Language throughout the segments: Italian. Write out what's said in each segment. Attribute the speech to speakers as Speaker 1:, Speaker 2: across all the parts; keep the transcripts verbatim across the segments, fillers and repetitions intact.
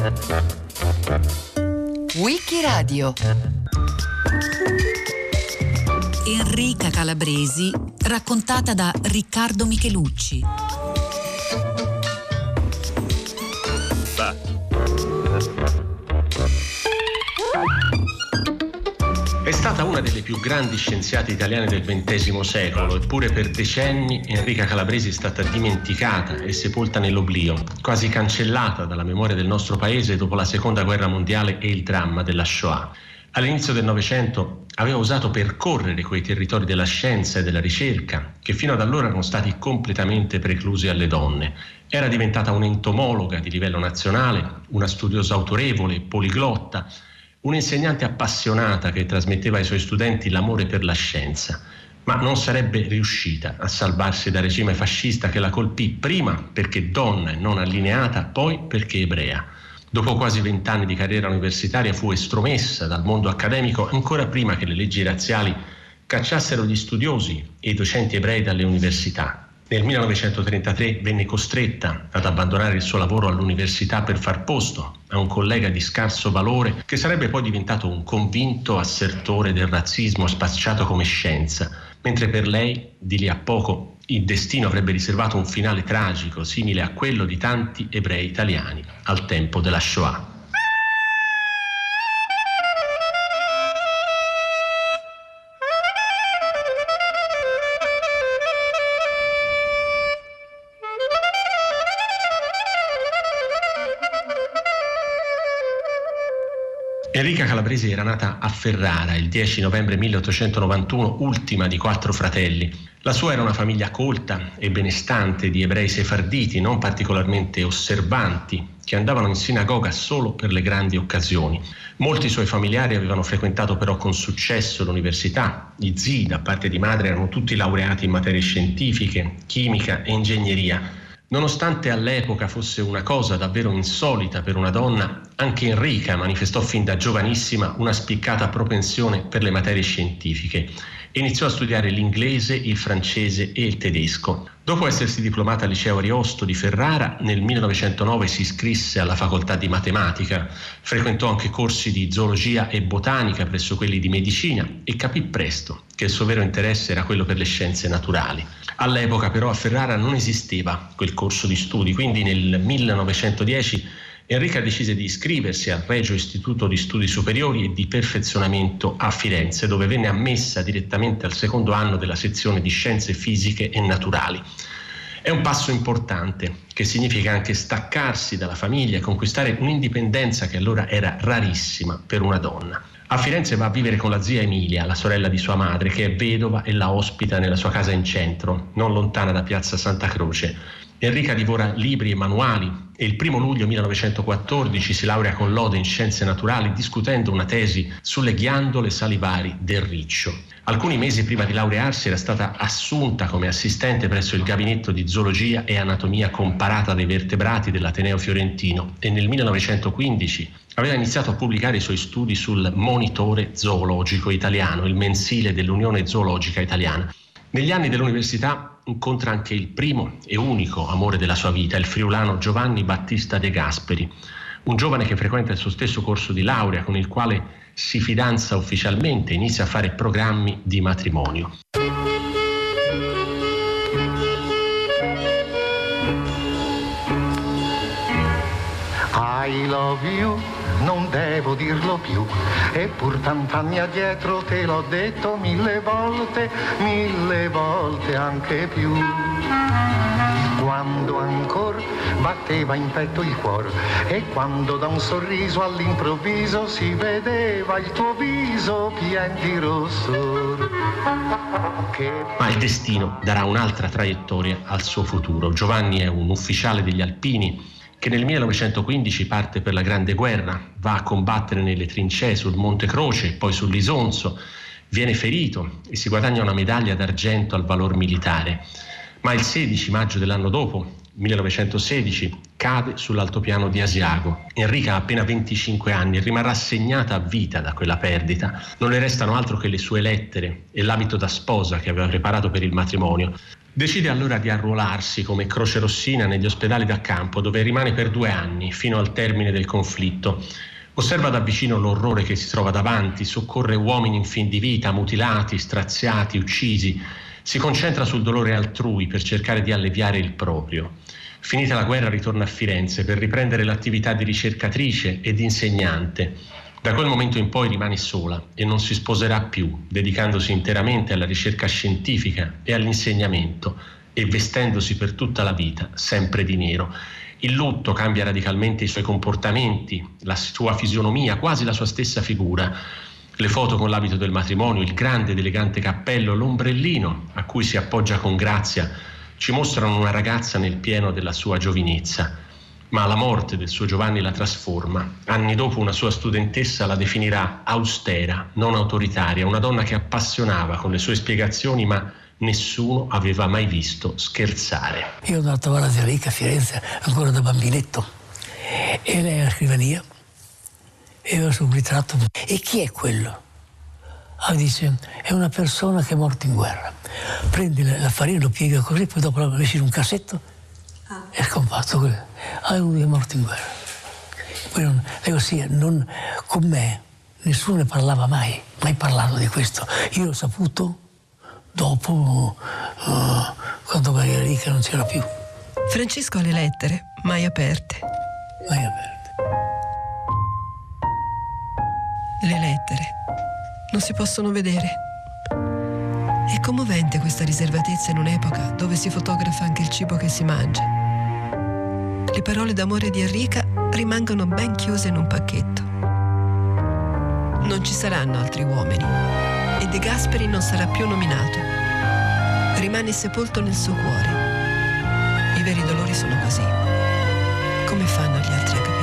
Speaker 1: Wikiradio.
Speaker 2: Enrica Calabresi, raccontata da Riccardo Michelucci.
Speaker 3: È stata una delle più grandi scienziate italiane del ventesimo secolo, eppure per decenni Enrica Calabresi è stata dimenticata e sepolta nell'oblio, quasi cancellata dalla memoria del nostro paese dopo la Seconda Guerra Mondiale e il dramma della Shoah. All'inizio del Novecento aveva osato percorrere quei territori della scienza e della ricerca che fino ad allora erano stati completamente preclusi alle donne. Era diventata un'entomologa di livello nazionale, una studiosa autorevole, poliglotta, un'insegnante appassionata che trasmetteva ai suoi studenti l'amore per la scienza, ma non sarebbe riuscita a salvarsi dal regime fascista che la colpì prima perché donna e non allineata, poi perché ebrea. Dopo quasi vent'anni di carriera universitaria fu estromessa dal mondo accademico ancora prima che le leggi razziali cacciassero gli studiosi e i docenti ebrei dalle università. Nel millenovecentotrentatré venne costretta ad abbandonare il suo lavoro all'università per far posto a un collega di scarso valore che sarebbe poi diventato un convinto assertore del razzismo spacciato come scienza, mentre per lei, di lì a poco, il destino avrebbe riservato un finale tragico, simile a quello di tanti ebrei italiani al tempo della Shoah. Enrica Calabresi era nata a Ferrara il dieci novembre milleottocentonovantuno, ultima di quattro fratelli. La sua era una famiglia colta e benestante di ebrei sefarditi, non particolarmente osservanti, che andavano in sinagoga solo per le grandi occasioni. Molti suoi familiari avevano frequentato però con successo l'università. Gli zii, da parte di madre, erano tutti laureati in materie scientifiche, chimica e ingegneria. Nonostante all'epoca fosse una cosa davvero insolita per una donna, anche Enrica manifestò fin da giovanissima una spiccata propensione per le materie scientifiche e iniziò a studiare l'inglese, il francese e il tedesco. Dopo essersi diplomata al liceo Ariosto di Ferrara, nel millenovecentonove si iscrisse alla facoltà di matematica, frequentò anche corsi di zoologia e botanica presso quelli di medicina e capì presto che il suo vero interesse era quello per le scienze naturali. All'epoca però a Ferrara non esisteva quel corso di studi, quindi nel millenovecentodieci Enrica decise di iscriversi al Regio Istituto di Studi Superiori e di Perfezionamento a Firenze, dove venne ammessa direttamente al secondo anno della sezione di Scienze Fisiche e Naturali. È un passo importante, che significa anche staccarsi dalla famiglia e conquistare un'indipendenza che allora era rarissima per una donna. A Firenze va a vivere con la zia Emilia, la sorella di sua madre, che è vedova e la ospita nella sua casa in centro, non lontana da Piazza Santa Croce. Enrica divora libri e manuali e il primo luglio millenovecentoquattordici si laurea con lode in scienze naturali discutendo una tesi sulle ghiandole salivari del riccio. Alcuni mesi prima di laurearsi era stata assunta come assistente presso il gabinetto di zoologia e anatomia comparata dei vertebrati dell'Ateneo Fiorentino e nel millenovecentoquindici aveva iniziato a pubblicare i suoi studi sul Monitore Zoologico Italiano, il mensile dell'Unione Zoologica Italiana. Negli anni dell'università incontra anche il primo e unico amore della sua vita, il friulano Giovanni Battista De Gasperi, un giovane che frequenta il suo stesso corso di laurea, con il quale si fidanza ufficialmente e inizia a fare programmi di matrimonio.
Speaker 4: I love you, non devo dirlo più, eppur tant'anni addietro te l'ho detto mille volte, mille volte anche più. Quando ancora batteva in petto il cuore e quando da un sorriso all'improvviso si vedeva il tuo viso pien di rossore. Che...
Speaker 3: Ma il destino darà un'altra traiettoria al suo futuro. Giovanni è un ufficiale degli Alpini che nel millenovecentoquindici parte per la Grande Guerra, va a combattere nelle trincee sul Monte Croce e poi sull'Isonzo, viene ferito e si guadagna una medaglia d'argento al valor militare. Ma il sedici maggio dell'anno dopo millenovecentosedici, cade sull'altopiano di Asiago. Enrica ha appena venticinque anni e rimarrà segnata a vita da quella perdita. Non le restano altro che le sue lettere e l'abito da sposa che aveva preparato per il matrimonio. Decide allora di arruolarsi come crocerossina negli ospedali da campo, dove rimane per due anni, fino al termine del conflitto. Osserva da vicino l'orrore che si trova davanti, soccorre uomini in fin di vita, mutilati, straziati, uccisi. Si concentra sul dolore altrui per cercare di alleviare il proprio. Finita la guerra ritorna a Firenze per riprendere l'attività di ricercatrice ed insegnante. Da quel momento in poi rimane sola e non si sposerà più, dedicandosi interamente alla ricerca scientifica e all'insegnamento e vestendosi per tutta la vita sempre di nero. Il lutto cambia radicalmente i suoi comportamenti, la sua fisionomia, quasi la sua stessa figura. Le foto con l'abito del matrimonio, il grande ed elegante cappello, l'ombrellino a cui si appoggia con grazia, ci mostrano una ragazza nel pieno della sua giovinezza. Ma la morte del suo Giovanni la trasforma. Anni dopo una sua studentessa la definirà austera, non autoritaria, una donna che appassionava con le sue spiegazioni, ma nessuno aveva mai visto scherzare.
Speaker 1: Io ho andato a trovare Enrica a Firenze ancora da bambinetto e lei alla scrivania e aveva sul ritratto. E chi è quello? Ah, dice, è una persona che è morta in guerra. Prende la farina, lo piega così, poi dopo lo metti in un cassetto ah. è scomparso. Ah, è uno che è morto in guerra. Poi non, lei così, non, con me nessuno ne parlava mai, mai parlato di questo. Io l'ho saputo dopo, uh, quando Maria Enrica non c'era più.
Speaker 5: Francesco ha le lettere, mai aperte.
Speaker 1: Mai aperte.
Speaker 5: Le lettere non si possono vedere. È commovente questa riservatezza in un'epoca dove si fotografa anche il cibo che si mangia. Le parole d'amore di Enrica rimangono ben chiuse in un pacchetto. Non ci saranno altri uomini e De Gasperi non sarà più nominato. Rimane sepolto nel suo cuore. I veri dolori sono così. Come fanno gli altri a capire?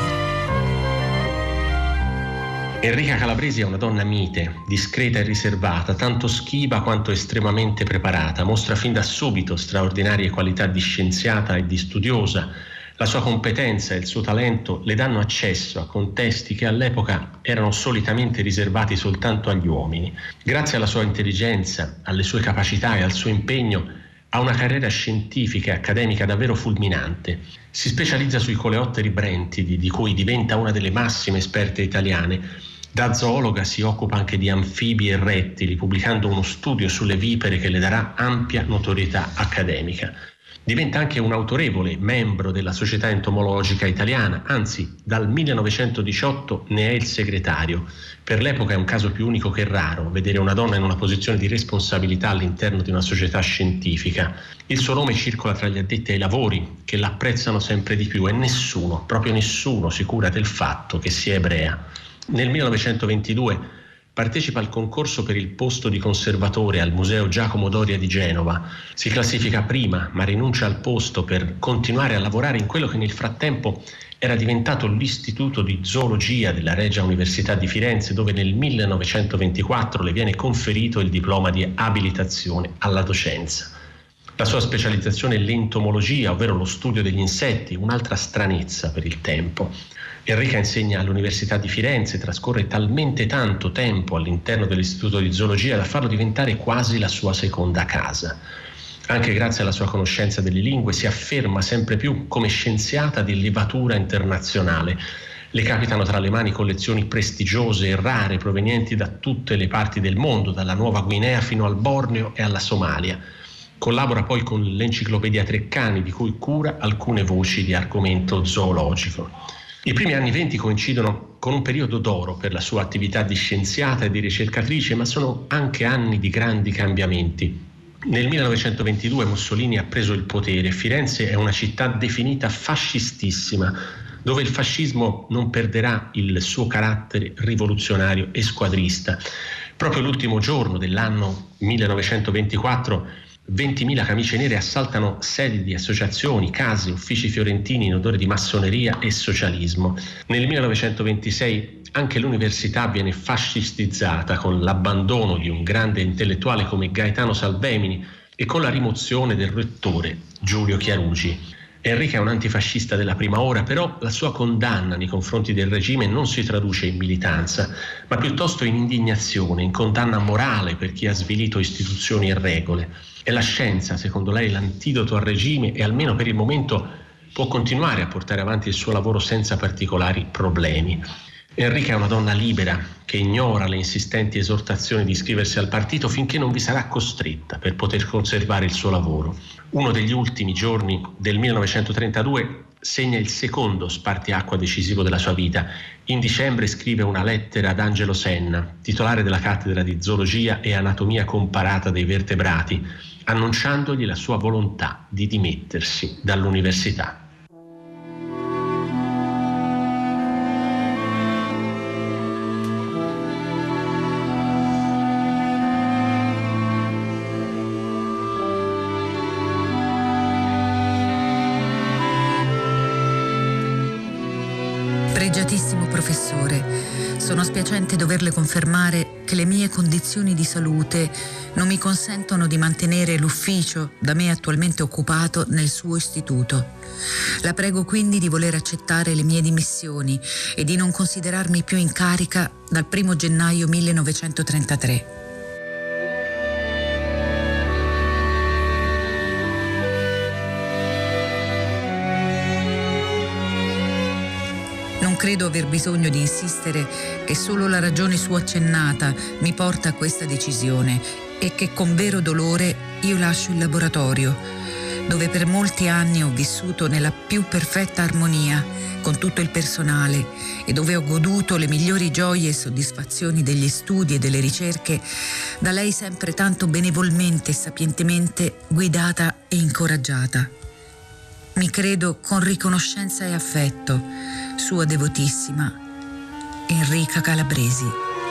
Speaker 3: Enrica Calabresi è una donna mite, discreta e riservata, tanto schiva quanto estremamente preparata. Mostra fin da subito straordinarie qualità di scienziata e di studiosa. La sua competenza e il suo talento le danno accesso a contesti che all'epoca erano solitamente riservati soltanto agli uomini. Grazie alla sua intelligenza, alle sue capacità e al suo impegno, ha una carriera scientifica e accademica davvero fulminante. Si specializza sui coleotteri brentidi, di cui diventa una delle massime esperte italiane. Da zoologa si occupa anche di anfibi e rettili, pubblicando uno studio sulle vipere che le darà ampia notorietà accademica. Diventa anche un autorevole membro della Società Entomologica Italiana, anzi dal millenovecentodiciotto ne è il segretario. Per l'epoca è un caso più unico che raro vedere una donna in una posizione di responsabilità all'interno di una società scientifica. Il suo nome circola tra gli addetti ai lavori, che l'apprezzano sempre di più, e nessuno, proprio nessuno, si cura del fatto che sia ebrea. Nel millenovecentoventidue partecipa al concorso per il posto di conservatore al Museo Giacomo Doria di Genova. Si classifica prima, ma rinuncia al posto per continuare a lavorare in quello che nel frattempo era diventato l'Istituto di Zoologia della Regia Università di Firenze, dove nel millenovecentoventiquattro le viene conferito il diploma di abilitazione alla docenza. La sua specializzazione è l'entomologia, ovvero lo studio degli insetti, un'altra stranezza per il tempo. Enrica insegna all'Università di Firenze, trascorre talmente tanto tempo all'interno dell'Istituto di Zoologia da farlo diventare quasi la sua seconda casa. Anche grazie alla sua conoscenza delle lingue si afferma sempre più come scienziata di levatura internazionale. Le capitano tra le mani collezioni prestigiose e rare provenienti da tutte le parti del mondo, dalla Nuova Guinea fino al Borneo e alla Somalia. Collabora poi con l'Enciclopedia Treccani, di cui cura alcune voci di argomento zoologico. I primi anni venti coincidono con un periodo d'oro per la sua attività di scienziata e di ricercatrice, ma sono anche anni di grandi cambiamenti. Nel millenovecentoventidue Mussolini ha preso il potere e Firenze è una città definita fascistissima, dove il fascismo non perderà il suo carattere rivoluzionario e squadrista. Proprio l'ultimo giorno dell'anno millenovecentoventiquattro ventimila camicie nere assaltano sedi di associazioni, case, uffici fiorentini in odore di massoneria e socialismo. Nel millenovecentoventisei anche l'università viene fascistizzata con l'abbandono di un grande intellettuale come Gaetano Salvemini e con la rimozione del rettore Giulio Chiarugi. Enrica è un antifascista della prima ora, però la sua condanna nei confronti del regime non si traduce in militanza, ma piuttosto in indignazione, in condanna morale per chi ha svilito istituzioni e regole. E la scienza, secondo lei, l'antidoto al regime e almeno per il momento può continuare a portare avanti il suo lavoro senza particolari problemi. Enrica è una donna libera che ignora le insistenti esortazioni di iscriversi al partito finché non vi sarà costretta per poter conservare il suo lavoro. Uno degli ultimi giorni del millenovecentotrentadue segna il secondo spartiacque decisivo della sua vita. In dicembre scrive una lettera ad Angelo Senna, titolare della cattedra di zoologia e anatomia comparata dei vertebrati, annunciandogli la sua volontà di dimettersi dall'università.
Speaker 2: Pregiatissimo professore, sono spiacente doverle confermare che le mie condizioni di salute non mi consentono di mantenere l'ufficio da me attualmente occupato nel suo istituto. La prego quindi di voler accettare le mie dimissioni e di non considerarmi più in carica dal primo gennaio millenovecentotrentatré. Non credo aver bisogno di insistere che solo la ragione sua accennata mi porta a questa decisione e che con vero dolore io lascio il laboratorio, dove per molti anni ho vissuto nella più perfetta armonia con tutto il personale e dove ho goduto le migliori gioie e soddisfazioni degli studi e delle ricerche, da lei sempre tanto benevolmente e sapientemente guidata e incoraggiata. Mi credo con riconoscenza e affetto, sua devotissima Enrica Calabresi.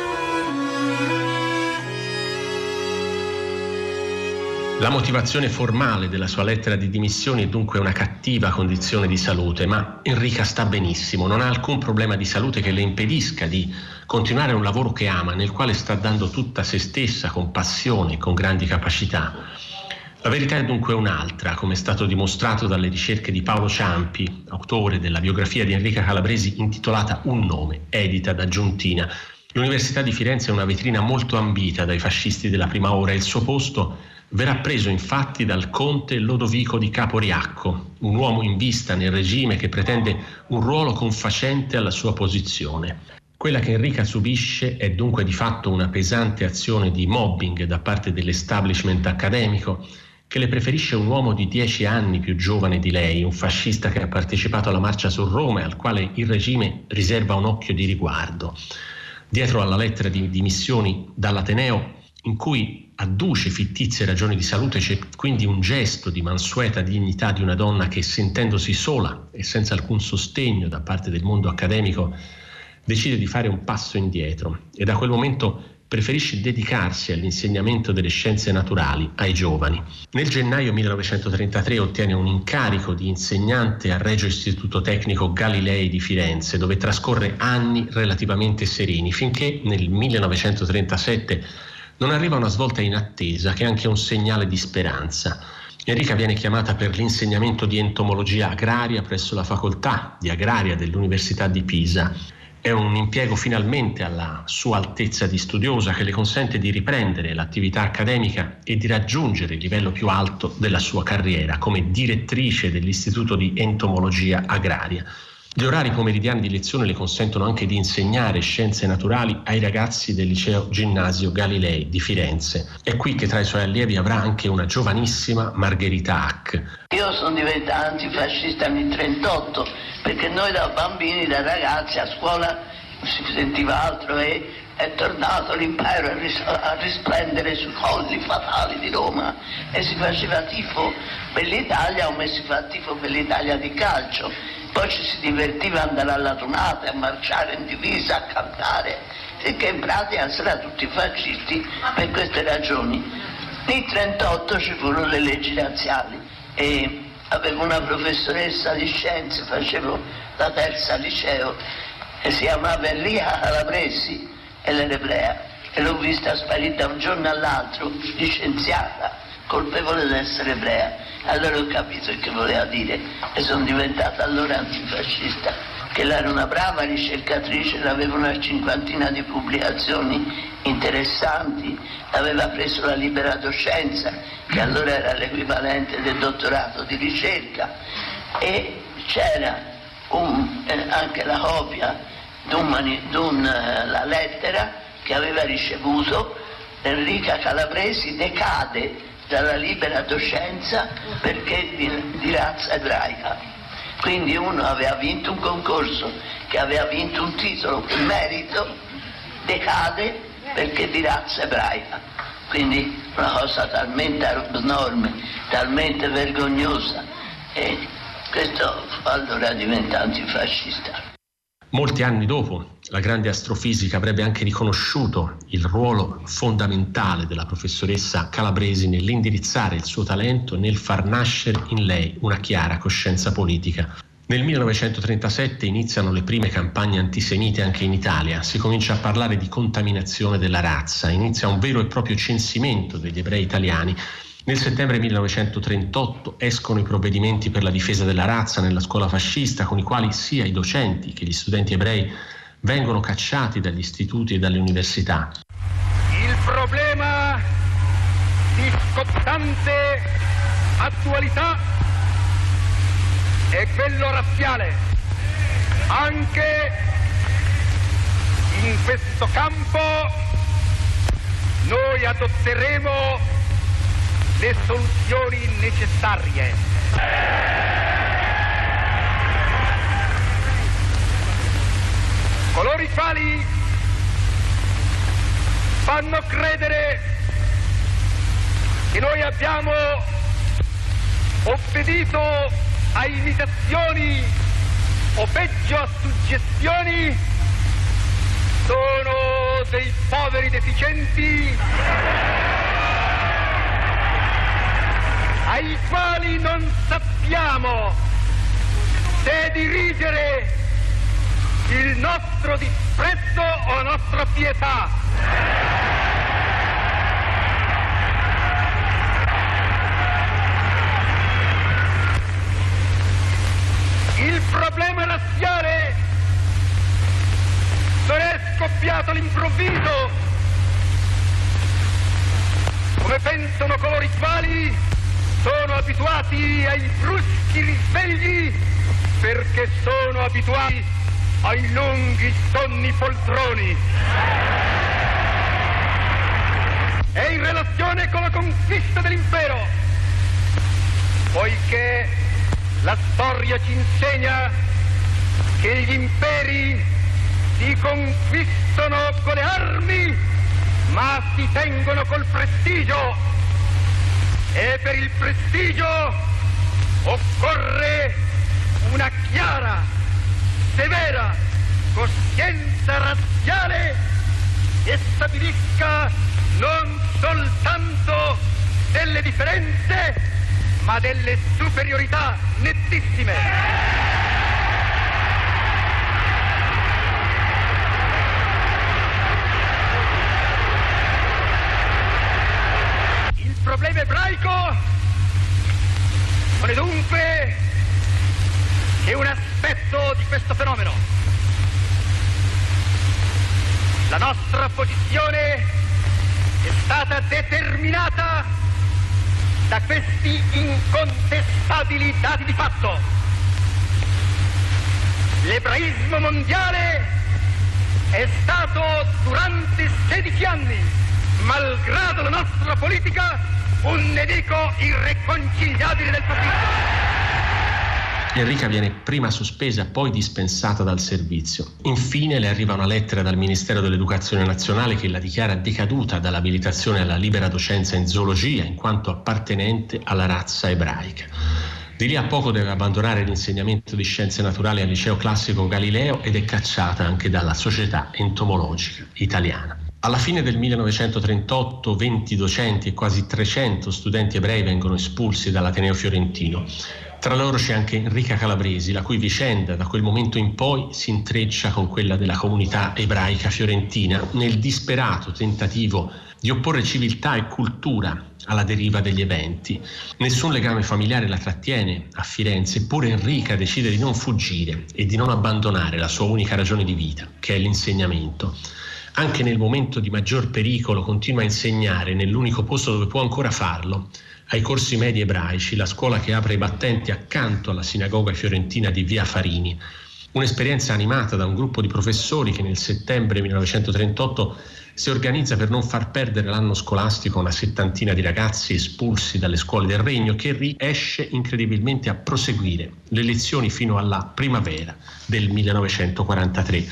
Speaker 3: La motivazione formale della sua lettera di dimissioni è dunque una cattiva condizione di salute, ma Enrica sta benissimo, non ha alcun problema di salute che le impedisca di continuare un lavoro che ama, nel quale sta dando tutta se stessa con passione e con grandi capacità. La verità è dunque un'altra, come è stato dimostrato dalle ricerche di Paolo Ciampi, autore della biografia di Enrica Calabresi intitolata Un nome, edita da Giuntina. L'Università di Firenze è una vetrina molto ambita dai fascisti della prima ora e il suo posto verrà preso infatti dal conte Lodovico di Caporiacco, un uomo in vista nel regime che pretende un ruolo confacente alla sua posizione. Quella che Enrica subisce è dunque di fatto una pesante azione di mobbing da parte dell'establishment accademico, che le preferisce un uomo di dieci anni più giovane di lei, un fascista che ha partecipato alla marcia su Roma e al quale il regime riserva un occhio di riguardo. Dietro alla lettera di dimissioni dall'Ateneo, in cui adduce fittizie ragioni di salute, c'è quindi un gesto di mansueta dignità di una donna che, sentendosi sola e senza alcun sostegno da parte del mondo accademico, decide di fare un passo indietro e da quel momento preferisce dedicarsi all'insegnamento delle scienze naturali ai giovani. Nel gennaio millenovecentotrentatré ottiene un incarico di insegnante al Regio Istituto Tecnico Galilei di Firenze, dove trascorre anni relativamente sereni, finché nel millenovecentotrentasette non arriva una svolta inattesa, che è anche un segnale di speranza. Enrica viene chiamata per l'insegnamento di entomologia agraria presso la facoltà di agraria dell'Università di Pisa. È un impiego finalmente alla sua altezza di studiosa che le consente di riprendere l'attività accademica e di raggiungere il livello più alto della sua carriera come direttrice dell'Istituto di Entomologia Agraria. Gli orari pomeridiani di lezione le consentono anche di insegnare scienze naturali ai ragazzi del liceo Ginnasio Galilei di Firenze. È qui che tra i suoi allievi avrà anche una giovanissima Margherita Hack.
Speaker 6: Io sono diventata antifascista nel trentotto, perché noi da bambini, da ragazzi a scuola non si sentiva altro e è tornato l'impero a, ris- a risplendere sui colli fatali di Roma e si faceva tifo per l'Italia come si fa tifo per l'Italia di calcio. Poi ci si divertiva ad andare alla tonata, a marciare in divisa, a cantare, e che in pratica si era tutti fascisti per queste ragioni. Nel trentotto ci furono le leggi razziali e avevo una professoressa di scienze, facevo la terza liceo, e si chiamava Enrica Calabresi e l'era ebrea, e l'ho vista sparire da un giorno all'altro, licenziata, colpevole di essere ebrea. Allora ho capito che voleva dire e sono diventata allora antifascista, che lei era una brava ricercatrice, aveva una cinquantina di pubblicazioni interessanti, aveva preso la libera docenza, che allora era l'equivalente del dottorato di ricerca, e c'era un, eh, anche la copia di un, la lettera che aveva ricevuto. Enrica Calabresi decade dalla libera docenza perché di, di razza ebraica. Quindi uno aveva vinto un concorso, che aveva vinto un titolo per merito, decade perché di razza ebraica. Quindi una cosa talmente abnorme, talmente vergognosa, e questo allora diventa antifascista.
Speaker 3: Molti anni dopo, la grande astrofisica avrebbe anche riconosciuto il ruolo fondamentale della professoressa Calabresi nell'indirizzare il suo talento e nel far nascere in lei una chiara coscienza politica. Nel millenovecentotrentasette iniziano le prime campagne antisemite anche in Italia, si comincia a parlare di contaminazione della razza, inizia un vero e proprio censimento degli ebrei italiani. Nel settembre millenovecentotrentotto escono i provvedimenti per la difesa della razza nella scuola fascista, con i quali sia i docenti che gli studenti ebrei vengono cacciati dagli istituti e dalle università.
Speaker 7: Il problema di scottante attualità è quello razziale. Anche in questo campo noi adotteremo le soluzioni necessarie. Coloro i quali fanno credere che noi abbiamo obbedito a imitazioni o peggio a suggestioni sono dei poveri deficienti ai quali non sappiamo se dirigere il nostro disprezzo o la nostra pietà. Il problema razziale non è scoppiato all'improvviso, come pensano coloro i quali sono abituati ai bruschi risvegli, perché sono abituati ai lunghi sonni poltroni. È in relazione con la conquista dell'impero, poiché la storia ci insegna che gli imperi si conquistano con le armi, ma si tengono col prestigio. E per il prestigio occorre una chiara, severa coscienza razziale che stabilisca non soltanto delle differenze, ma delle superiorità nettissime. Il problema ebraico non è dunque che un aspetto di questo fenomeno. La nostra posizione è stata determinata da questi incontestabili dati di fatto. L'ebraismo mondiale è stato durante sedici anni, malgrado la nostra politica, un nemico irreconciliabile del fascismo.
Speaker 3: Enrica viene prima sospesa, poi dispensata dal servizio. Infine le arriva una lettera dal Ministero dell'Educazione Nazionale che la dichiara decaduta dall'abilitazione alla libera docenza in zoologia in quanto appartenente alla razza ebraica. Di lì a poco deve abbandonare l'insegnamento di scienze naturali al liceo classico Galileo ed è cacciata anche dalla Società Entomologica Italiana. Alla fine del millenovecentotrentotto venti docenti e quasi trecento studenti ebrei vengono espulsi dall'Ateneo Fiorentino. Tra loro c'è anche Enrica Calabresi, la cui vicenda da quel momento in poi si intreccia con quella della comunità ebraica fiorentina nel disperato tentativo di opporre civiltà e cultura alla deriva degli eventi. Nessun legame familiare la trattiene a Firenze, eppure Enrica decide di non fuggire e di non abbandonare la sua unica ragione di vita, che è l'insegnamento. Anche nel momento di maggior pericolo continua a insegnare nell'unico posto dove può ancora farlo, ai corsi medi ebraici, la scuola che apre i battenti accanto alla sinagoga fiorentina di Via Farini. Un'esperienza animata da un gruppo di professori che nel settembre millenovecentotrentotto si organizza per non far perdere l'anno scolastico a una settantina di ragazzi espulsi dalle scuole del Regno, che riesce incredibilmente a proseguire le lezioni fino alla primavera del millenovecentoquarantatré.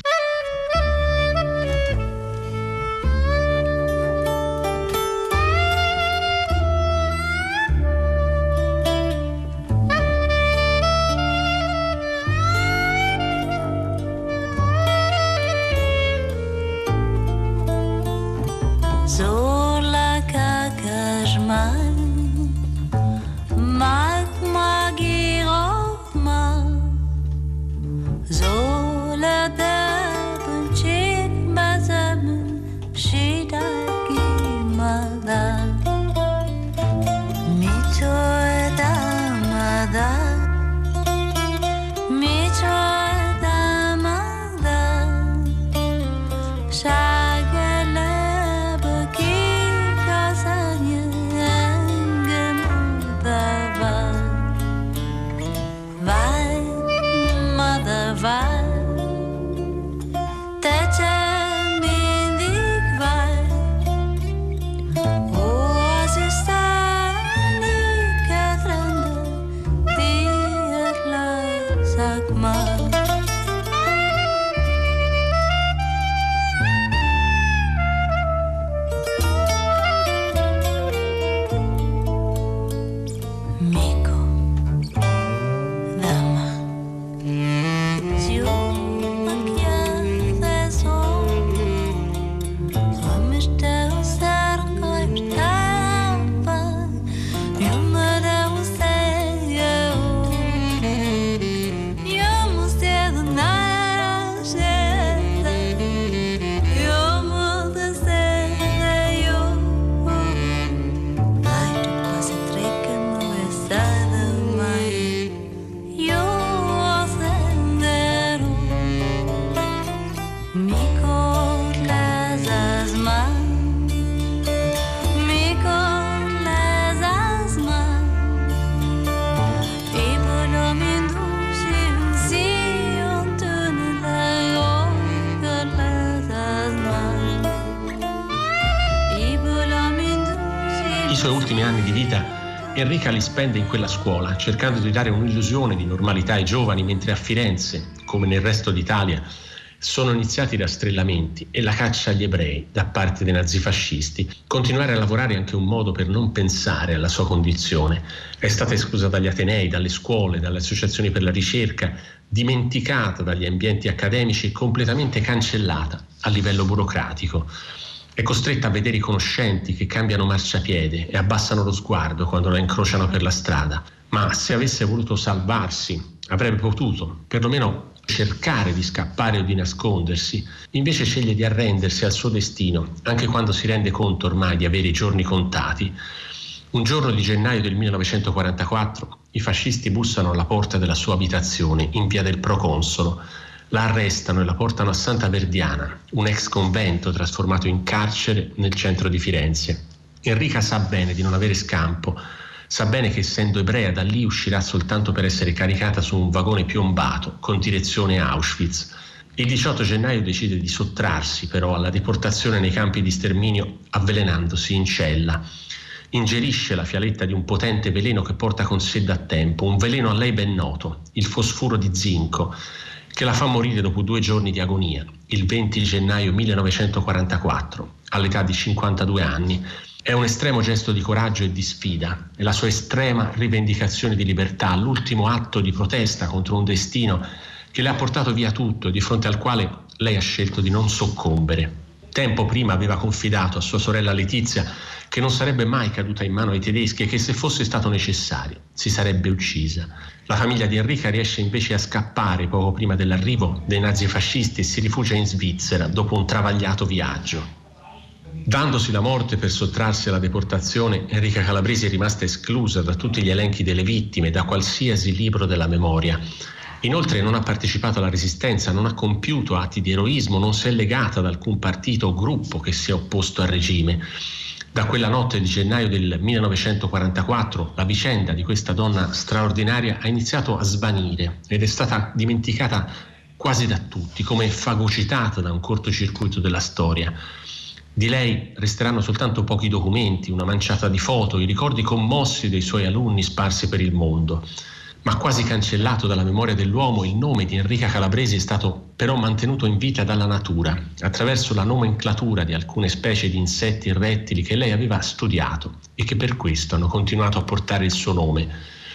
Speaker 3: Enrica li spende in quella scuola, cercando di dare un'illusione di normalità ai giovani, mentre a Firenze, come nel resto d'Italia, sono iniziati i rastrellamenti e la caccia agli ebrei da parte dei nazifascisti. Continuare a lavorare è anche un modo per non pensare alla sua condizione. È stata esclusa dagli atenei, dalle scuole, dalle associazioni per la ricerca, dimenticata dagli ambienti accademici e completamente cancellata a livello burocratico. È costretta a vedere i conoscenti che cambiano marciapiede e abbassano lo sguardo quando la incrociano per la strada. Ma se avesse voluto salvarsi, avrebbe potuto, perlomeno, cercare di scappare o di nascondersi. Invece sceglie di arrendersi al suo destino, anche quando si rende conto ormai di avere i giorni contati. Un giorno di gennaio del millenovecentoquarantaquattro i fascisti bussano alla porta della sua abitazione in via del Proconsolo. La arrestano e la portano a Santa Verdiana, un ex convento trasformato in carcere nel centro di Firenze. Enrica sa bene di non avere scampo, sa bene che essendo ebrea da lì uscirà soltanto per essere caricata su un vagone piombato con direzione Auschwitz. Il diciotto gennaio decide di sottrarsi però alla deportazione nei campi di sterminio avvelenandosi in cella. Ingerisce la fialetta di un potente veleno che porta con sé da tempo, un veleno a lei ben noto, il fosfuro di zinco, che la fa morire dopo due giorni di agonia, il venti gennaio millenovecentoquarantaquattro, all'età di cinquantadue anni. È un estremo gesto di coraggio e di sfida, è la sua estrema rivendicazione di libertà, l'ultimo atto di protesta contro un destino che le ha portato via tutto e di fronte al quale lei ha scelto di non soccombere. Tempo prima aveva confidato a sua sorella Letizia che non sarebbe mai caduta in mano ai tedeschi e che se fosse stato necessario si sarebbe uccisa. La famiglia di Enrica riesce invece a scappare poco prima dell'arrivo dei nazifascisti e si rifugia in Svizzera dopo un travagliato viaggio. Dandosi la morte per sottrarsi alla deportazione, Enrica Calabresi è rimasta esclusa da tutti gli elenchi delle vittime, da qualsiasi libro della memoria. Inoltre non ha partecipato alla resistenza, non ha compiuto atti di eroismo, non si è legata ad alcun partito o gruppo che si è opposto al regime. Da quella notte di gennaio del millenovecentoquarantaquattro la vicenda di questa donna straordinaria ha iniziato a svanire ed è stata dimenticata quasi da tutti, come fagocitata da un cortocircuito della storia. Di lei resteranno soltanto pochi documenti, una manciata di foto, i ricordi commossi dei suoi alunni sparsi per il mondo. Ma quasi cancellato dalla memoria dell'uomo, il nome di Enrica Calabresi è stato però mantenuto in vita dalla natura, attraverso la nomenclatura di alcune specie di insetti e rettili che lei aveva studiato e che per questo hanno continuato a portare il suo nome.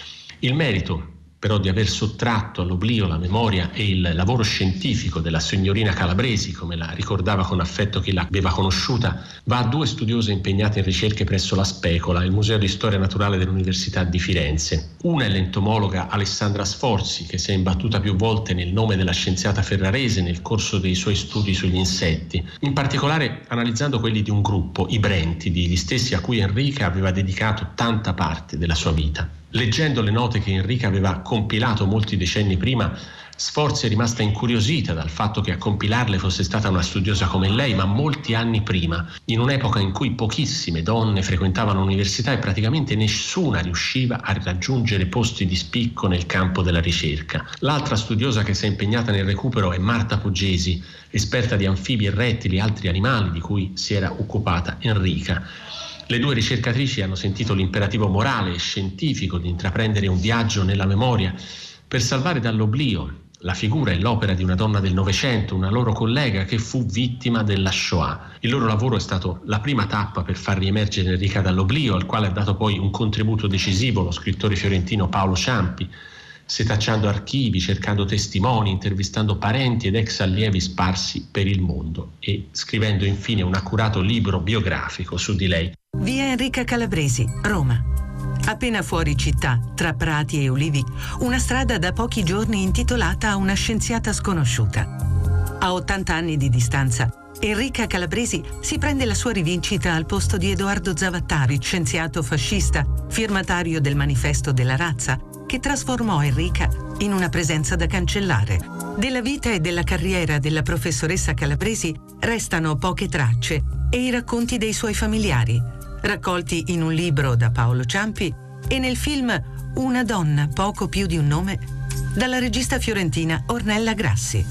Speaker 3: Il merito però di aver sottratto all'oblio la memoria e il lavoro scientifico della signorina Calabresi, come la ricordava con affetto chi l'aveva conosciuta, va a due studiose impegnate in ricerche presso la Specola, il Museo di Storia Naturale dell'Università di Firenze. Una è l'entomologa Alessandra Sforzi, che si è imbattuta più volte nel nome della scienziata ferrarese nel corso dei suoi studi sugli insetti, in particolare analizzando quelli di un gruppo, i Brentidi, gli stessi a cui Enrica aveva dedicato tanta parte della sua vita. Leggendo le note che Enrica aveva compilato molti decenni prima, Sforzi è rimasta incuriosita dal fatto che a compilarle fosse stata una studiosa come lei, ma molti anni prima, in un'epoca in cui pochissime donne frequentavano l'università e praticamente nessuna riusciva a raggiungere posti di spicco nel campo della ricerca. L'altra studiosa che si è impegnata nel recupero è Marta Poggesi, esperta di anfibi e rettili e altri animali di cui si era occupata Enrica. Le due ricercatrici hanno sentito l'imperativo morale e scientifico di intraprendere un viaggio nella memoria per salvare dall'oblio la figura e l'opera di una donna del Novecento, una loro collega che fu vittima della Shoah. Il loro lavoro è stato la prima tappa per far riemergere Enrica dall'oblio, al quale ha dato poi un contributo decisivo lo scrittore fiorentino Paolo Ciampi, setacciando archivi, cercando testimoni, intervistando parenti ed ex allievi sparsi per il mondo e scrivendo infine un accurato libro biografico su di lei.
Speaker 8: Via Enrica Calabresi, Roma. Appena fuori città, tra prati e ulivi, una strada da pochi giorni intitolata a una scienziata sconosciuta. A ottanta anni di distanza, Enrica Calabresi si prende la sua rivincita al posto di Edoardo Zavattari, scienziato fascista, firmatario del Manifesto della razza, che trasformò Enrica in una presenza da cancellare. Della vita e della carriera della professoressa Calabresi restano poche tracce e i racconti dei suoi familiari, raccolti in un libro da Paolo Ciampi e nel film Una donna, poco più di un nome, dalla regista fiorentina Ornella Grassi.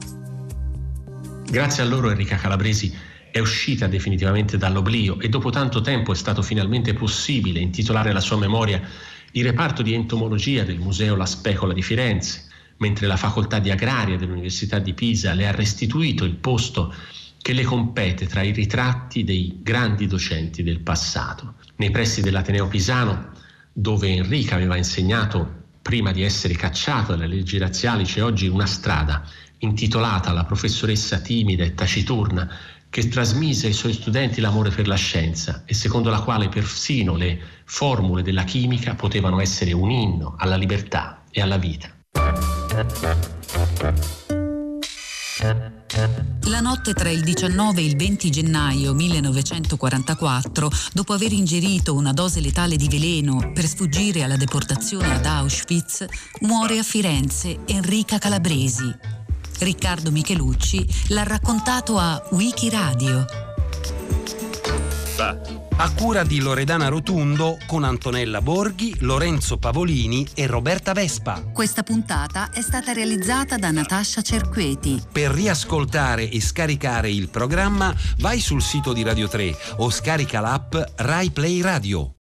Speaker 3: Grazie a loro Enrica Calabresi è uscita definitivamente dall'oblio e dopo tanto tempo è stato finalmente possibile intitolare la sua memoria il reparto di entomologia del Museo La Specola di Firenze, mentre la facoltà di agraria dell'Università di Pisa le ha restituito il posto che le compete tra i ritratti dei grandi docenti del passato. Nei pressi dell'Ateneo Pisano, dove Enrica aveva insegnato prima di essere cacciata dalle leggi razziali, c'è oggi una strada intitolata alla professoressa timida e taciturna che trasmise ai suoi studenti l'amore per la scienza e secondo la quale persino le formule della chimica potevano essere un inno alla libertà e alla vita.
Speaker 2: La notte tra il diciannove e il venti gennaio millenovecentoquarantaquattro, dopo aver ingerito una dose letale di veleno per sfuggire alla deportazione ad Auschwitz, muore a Firenze Enrica Calabresi. Riccardo Michelucci l'ha raccontato a Wikiradio.
Speaker 9: A cura di Loredana Rotundo con Antonella Borghi, Lorenzo Pavolini e Roberta Vespa.
Speaker 2: Questa puntata è stata realizzata da Natascia Cerqueti.
Speaker 9: Per riascoltare e scaricare il programma vai sul sito di Radio tre o scarica l'app Rai Play Radio.